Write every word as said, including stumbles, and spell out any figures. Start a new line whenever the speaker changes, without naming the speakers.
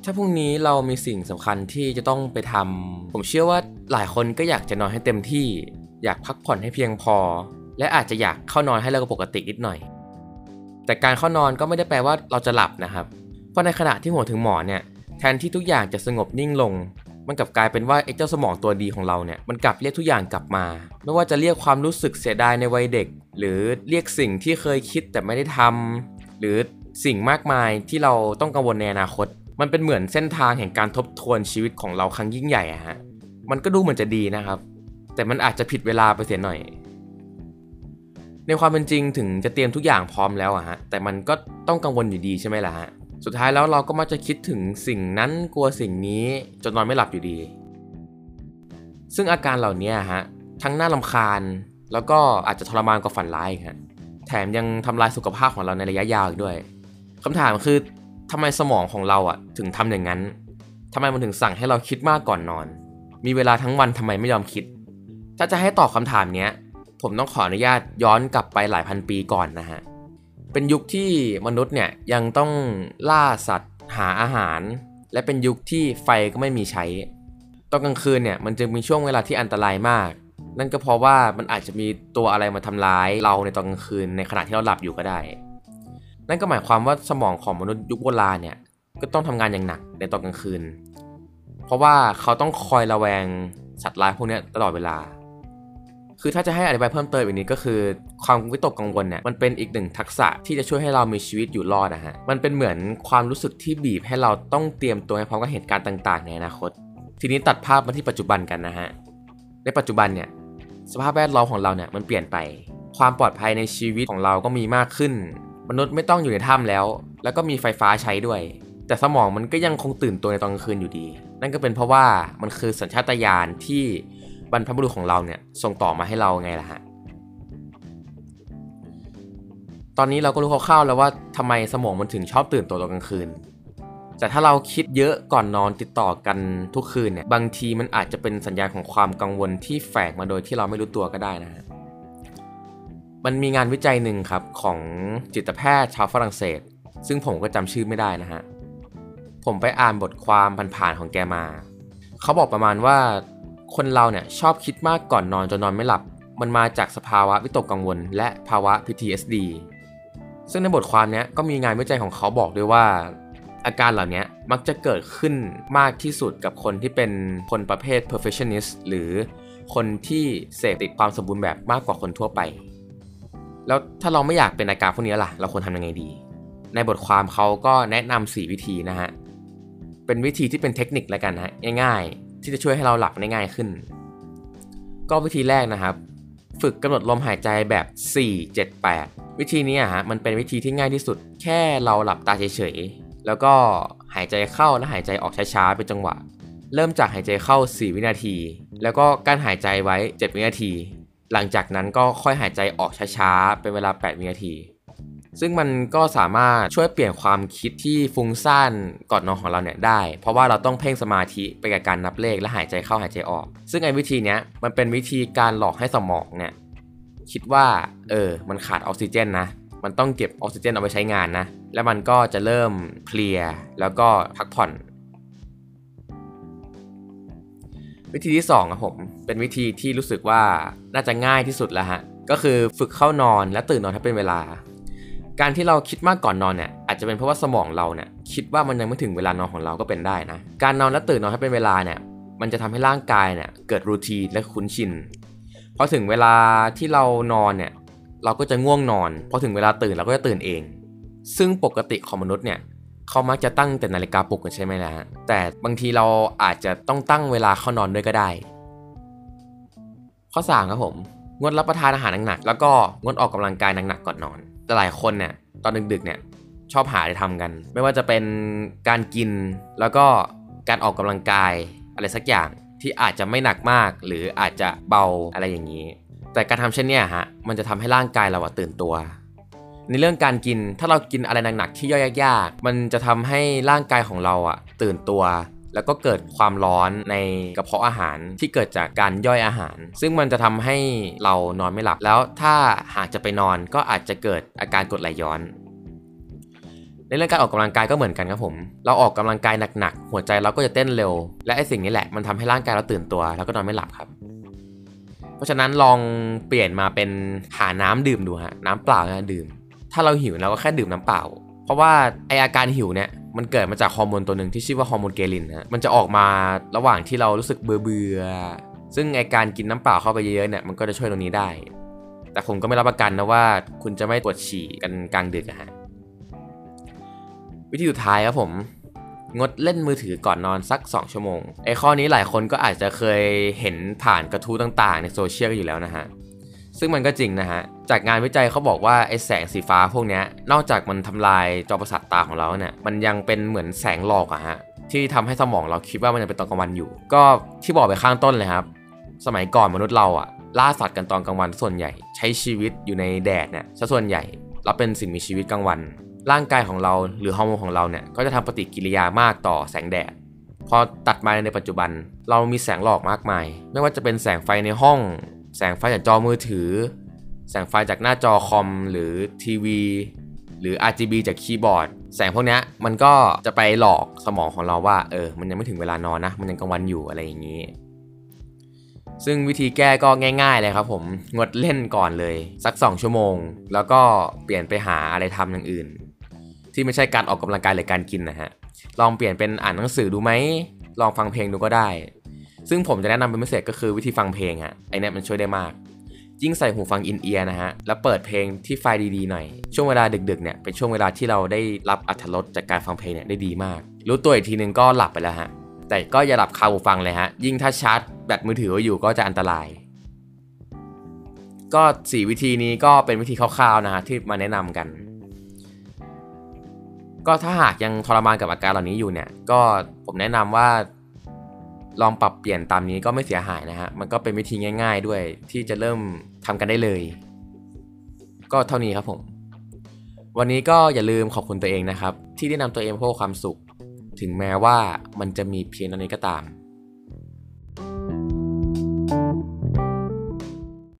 ถ้าพรุ่งนี้เรามีสิ่งสำคัญที่จะต้องไปทำผมเชื่อว่าหลายคนก็อยากจะนอนให้เต็มที่อยากพักผ่อนให้เพียงพอและอาจจะอยากเข้านอนให้เร็วกว่าปกตินิดหน่อยแต่การเข้านอนก็ไม่ได้แปลว่าเราจะหลับนะครับเพราะในขณะที่หัวถึงหมอนเนี่ยแทนที่ทุกอย่างจะสงบนิ่งลงมันกลับกลายเป็นว่าไอ้เจ้าสมองตัวดีของเราเนี่ยมันกลับเรียกทุกอย่างกลับมาไม่ว่าจะเรียกความรู้สึกเสียดายในวัยเด็กหรือเรียกสิ่งที่เคยคิดแต่ไม่ได้ทำหรือสิ่งมากมายที่เราต้องกังวลในอนาคตมันเป็นเหมือนเส้นทางแห่งการทบทวนชีวิตของเราครั้งยิ่งใหญ่อะฮะมันก็ดูเหมือนจะดีนะครับแต่มันอาจจะผิดเวลาไปเสียหน่อยในความเป็นจริงถึงจะเตรียมทุกอย่างพร้อมแล้วอะฮะแต่มันก็ต้องกังวลอยู่ดีใช่ไหมล่ะฮะสุดท้ายแล้วเราก็มักจะคิดถึงสิ่งนั้นกลัวสิ่งนี้จนนอนไม่หลับอยู่ดีซึ่งอาการเหล่านี้ฮะทั้งน่ารำคาญแล้วก็อาจจะทรมานกว่าฝันร้ายอีกฮะแถมยังทำลายสุขภาพของเราในระยะยาวอีกด้วยคำถามคือทำไมสมองของเราอ่ะถึงทำอย่างนั้นทำไมมันถึงสั่งให้เราคิดมากก่อนนอนมีเวลาทั้งวันทำไมไม่ยอมคิดถ้าจะให้ตอบคำถามนี้ผมต้องขออนุญาตย้อนกลับไปหลายพันปีก่อนนะฮะเป็นยุคที่มนุษย์เนี่ยยังต้องล่าสัตว์หาอาหารและเป็นยุคที่ไฟก็ไม่มีใช้ตอนกลางคืนเนี่ยมันจะมีช่วงเวลาที่อันตรายมากนั่นก็เพราะว่ามันอาจจะมีตัวอะไรมาทำร้ายเราในตอนกลางคืนในขณะที่เราหลับอยู่ก็ได้นั่นก็หมายความว่าสมองของมนุษย์ยุคโบราณเนี่ยก็ต้องทำงานอย่างหนักในตอนกลางคืนเพราะว่าเขาต้องคอยระแวงสัตว์ร้ายพวกนี้ตลอดเวลาคือถ้าจะให้อธิบายเพิ่มเติมอีกนิดก็คือความวิตกกังวลเนี่ยมันเป็นอีกหนึ่งทักษะที่จะช่วยให้เรามีชีวิตอยู่รอดนะฮะมันเป็นเหมือนความรู้สึกที่บีบให้เราต้องเตรียมตัวให้พร้อมกับเหตุการณ์ต่างๆในอนาคตทีนี้ตัดภาพมาที่ปัจจุบันกันนะฮะในปัจจุบันเนี่ยสภาพแวดล้อมของเราเนี่ยมันเปลี่ยนไปความปลอดภัยในชีวิตของเราก็มีมากขึ้นมนุษย์ไม่ต้องอยู่ในถ้ำแล้วแล้วก็มีไฟฟ้าใช้ด้วยแต่สมองมันก็ยังคงตื่นตัวในตอนกลางคืนอยู่ดีนั่นก็เป็นเพราะว่ามันคือสัญชาตญาณที่บรรพบุรุษของเราเนี่ยส่งต่อมาให้เราไงล่ะฮะตอนนี้เราก็รู้คร่าวๆแล้วว่าทำไมสมองมันถึงชอบตื่นตัวตอนกลางคืนแต่ถ้าเราคิดเยอะก่อนนอนติดต่อกันทุกคืนเนี่ยบางทีมันอาจจะเป็นสัญญาณของความกังวลที่แฝงมาโดยที่เราไม่รู้ตัวก็ได้นะฮะมันมีงานวิจัยหนึ่งครับของจิตแพทย์ชาวฝรั่งเศสซึ่งผมก็จำชื่อไม่ได้นะฮะผมไปอ่านบทความผ่านๆของแกมาเขาบอกประมาณว่าคนเราเนี่ยชอบคิดมากก่อนนอนจนนอนไม่หลับมันมาจากสภาวะวิตกกังวลและภาวะ พี ที เอส ดี ซึ่งในบทความนี้ก็มีงานวิจัยของเขาบอกด้วยว่าอาการเหล่านี้มักจะเกิดขึ้นมากที่สุดกับคนที่เป็นคนประเภท perfectionist หรือคนที่เสพติดความสมบูรณ์แบบมากกว่าคนทั่วไปแล้วถ้าเราไม่อยากเป็นอาการพวกนี้ล่ะเราควรทำยังไงดีในบทความเขาก็แนะนำสี่วิธีนะฮะเป็นวิธีที่เป็นเทคนิคแล้วกันนะง่ายๆที่จะช่วยให้เราหลับได้ง่ายขึ้นก็วิธีแรกนะครับฝึกกำหนดลมหายใจแบบ สี่ เจ็ด แปด วิธีนี้ฮะมันเป็นวิธีที่ง่ายที่สุดแค่เราหลับตาเฉยๆแล้วก็หายใจเข้าและหายใจออกช้าๆเป็นจังหวะเริ่มจากหายใจเข้าสี่วินาทีแล้วก็กั้นหายใจไว้เจ็ดวินาทีหลังจากนั้นก็ค่อยหายใจออกช้าๆเป็นเวลาแปดวินาทีซึ่งมันก็สามารถช่วยเปลี่ยนความคิดที่ฟุ้งซ่านก่อนนอนของเราเนี่ยได้เพราะว่าเราต้องเพ่งสมาธิไปกับการนับเลขและหายใจเข้าหายใจออกซึ่งไอ้วิธีเนี้ยมันเป็นวิธีการหลอกให้สมองเนี่ยคิดว่าเออมันขาดออกซิเจนนะมันต้องเก็บออกซิเจนเอาไปใช้งานนะแล้วมันก็จะเริ่มเพลียแล้วก็พักผ่อนวิธีที่สองครับผมเป็นวิธีที่รู้สึกว่าน่าจะง่ายที่สุดแล้วฮะก็คือฝึกเข้านอนและตื่นนอนให้เป็นเวลาการที่เราคิดมากก่อนนอนเนี่ยอาจจะเป็นเพราะว่าสมองเราเนี่ยคิดว่ามันยังไม่ถึงเวลานอนของเราก็เป็นได้นะการนอนและตื่นนอนให้เป็นเวลาเนี่ยมันจะทำให้ร่างกายเนี่ยเกิดรูทีนและคุ้นชินพอถึงเวลาที่เรานอนเนี่ยเราก็จะง่วงนอนพอถึงเวลาตื่นเราก็จะตื่นเองซึ่งปกติของมนุษย์เนี่ยเขามักจะตั้งแต่นาฬิกาปลุกกันใช่ไหมล่ะแต่บางทีเราอาจจะต้องตั้งเวลาเข้านอนด้วยก็ได้ข้อสามครับผมงดรับประทานอาหารหนักๆแล้วก็งดออกกำลังกายหนักๆก่อนนอนแต่หลายคนเนี่ยตอนดึกๆเนี่ยชอบหาอะไรทำกันไม่ว่าจะเป็นการกินแล้วก็การออกกำลังกายอะไรสักอย่างที่อาจจะไม่หนักมากหรืออาจจะเบาอะไรอย่างนี้แต่การทำเช่นนี้ฮะมันจะทำให้ร่างกายเราตื่นตัวในเรื่องการกินถ้าเรากินอะไรหนักๆที่ย่อยยากๆมันจะทำให้ร่างกายของเราอ่ะตื่นตัวแล้วก็เกิดความร้อนในกระเพาะอาหารที่เกิดจากการย่อยอาหารซึ่งมันจะทำให้เรานอนไม่หลับแล้วถ้าหากจะไปนอนก็อาจจะเกิดอาการกรดไหลย้อนในเรื่องการออกกำลังกายก็เหมือนกันครับผมเราออกกำลังกายหนักๆหัวใจเราก็จะเต้นเร็วและไอ้สิ่งนี้แหละมันทำให้ร่างกายเราตื่นตัวแล้วก็นอนไม่หลับครับเพราะฉะนั้นลองเปลี่ยนมาเป็นหาน้ำดื่มดูฮะน้ำเปล่านะดื่มถ้าเราหิวเราก็แค่ดื่มน้ำเปล่าเพราะว่าไออาการหิวเนี่ยมันเกิดมาจากฮอร์โมนตัวหนึ่งที่ชื่อว่าฮอร์โมนเกลินนะมันจะออกมาระหว่างที่เรารู้สึกเบื่อๆซึ่งไอการกินน้ำเปล่าเข้าไปเยอะๆเนี่ยมันก็จะช่วยตรงนี้ได้แต่ผมก็ไม่รับประกันนะว่าคุณจะไม่ปวดฉี่กันกลางดึกอะฮะวิธีสุดท้ายครับผมงดเล่นมือถือก่อนนอนสักสองชั่วโมงไอ้ข้อนี้หลายคนก็อาจจะเคยเห็นผ่านกระทู้ต่างๆในโซเชียลอยู่แล้วนะฮะซึ่งมันก็จริงนะฮะจากงานวิจัยเขาบอกว่าไอ้แสงสีฟ้าพวกนี้นอกจากมันทำลายจอประสาทตาของเราเนี่ยมันยังเป็นเหมือนแสงหลอกอะฮะที่ทำให้สมองเราคิดว่ามันยังเป็นตอนกลางวันอยู่ก็ที่บอกไปข้างต้นเลยครับสมัยก่อนมนุษย์เราอะล่าสัตว์กันตอนกลางวันส่วนใหญ่ใช้ชีวิตอยู่ในแดดเนี่ยซะส่วนใหญ่เราเป็นสิ่งมีชีวิตกลางวันร่างกายของเราหรือฮอร์โมนของเราเนี่ยก็จะทำปฏิกิริยามากต่อแสงแดดพอตัดมาในปัจจุบันเรามีแสงหลอกมากมายไม่ว่าจะเป็นแสงไฟในห้องแสงไฟจากจอมือถือแสงไฟจากหน้าจอคอมหรือทีวีหรือ อาร์ จี บี จากคีย์บอร์ดแสงพวกนี้มันก็จะไปหลอกสมองของเราว่าเออมันยังไม่ถึงเวลานอนนะมันยังกลางวันอยู่อะไรอย่างนี้ซึ่งวิธีแก้ก็ง่ายๆเลยครับผมงดเล่นก่อนเลยสักสองชั่วโมงแล้วก็เปลี่ยนไปหาอะไรทำอย่างอื่นที่ไม่ใช่การออกกำลังกายหรือการกินนะฮะลองเปลี่ยนเป็นอ่านหนังสือดูไหมลองฟังเพลงดูก็ได้ซึ่งผมจะแนะนำเป็นพิเศษก็คือวิธีฟังเพลงฮะไอเนี้ยมันช่วยได้มากยิ่งใส่หูฟังอินเอียร์นะฮะแล้วเปิดเพลงที่ไฟล์ดีๆหน่อยช่วงเวลาดึกๆเนี่ยเป็นช่วงเวลาที่เราได้รับอรรถรสจากการฟังเพลงเนี่ยได้ดีมากรู้ตัวอีกทีนึงก็หลับไปแล้วฮะแต่ก็อย่าหลับคาหูฟังเลยฮะยิ่งถ้าชาร์จแบตมือถือไว้อยู่ก็จะอันตรายก็สี่วิธีนี้ก็เป็นวิธีคร่าวๆนะฮะที่มาแนะนำกันก็ถ้าหากยังทรมานกับอาการเหล่านี้อยู่เนี่ยก็ผมแนะนำว่าลองปรับเปลี่ยนตามนี้ก็ไม่เสียหายนะฮะมันก็เป็นวิธีง่ายๆด้วยที่จะเริ่มทำกันได้เลยก็เท่านี้ครับผมวันนี้ก็อย่าลืมขอบคุณตัวเองนะครับที่ได้นำตัวเองพบความสุขถึงแม้ว่ามันจะมีเพียงเท่านี้ก็ตาม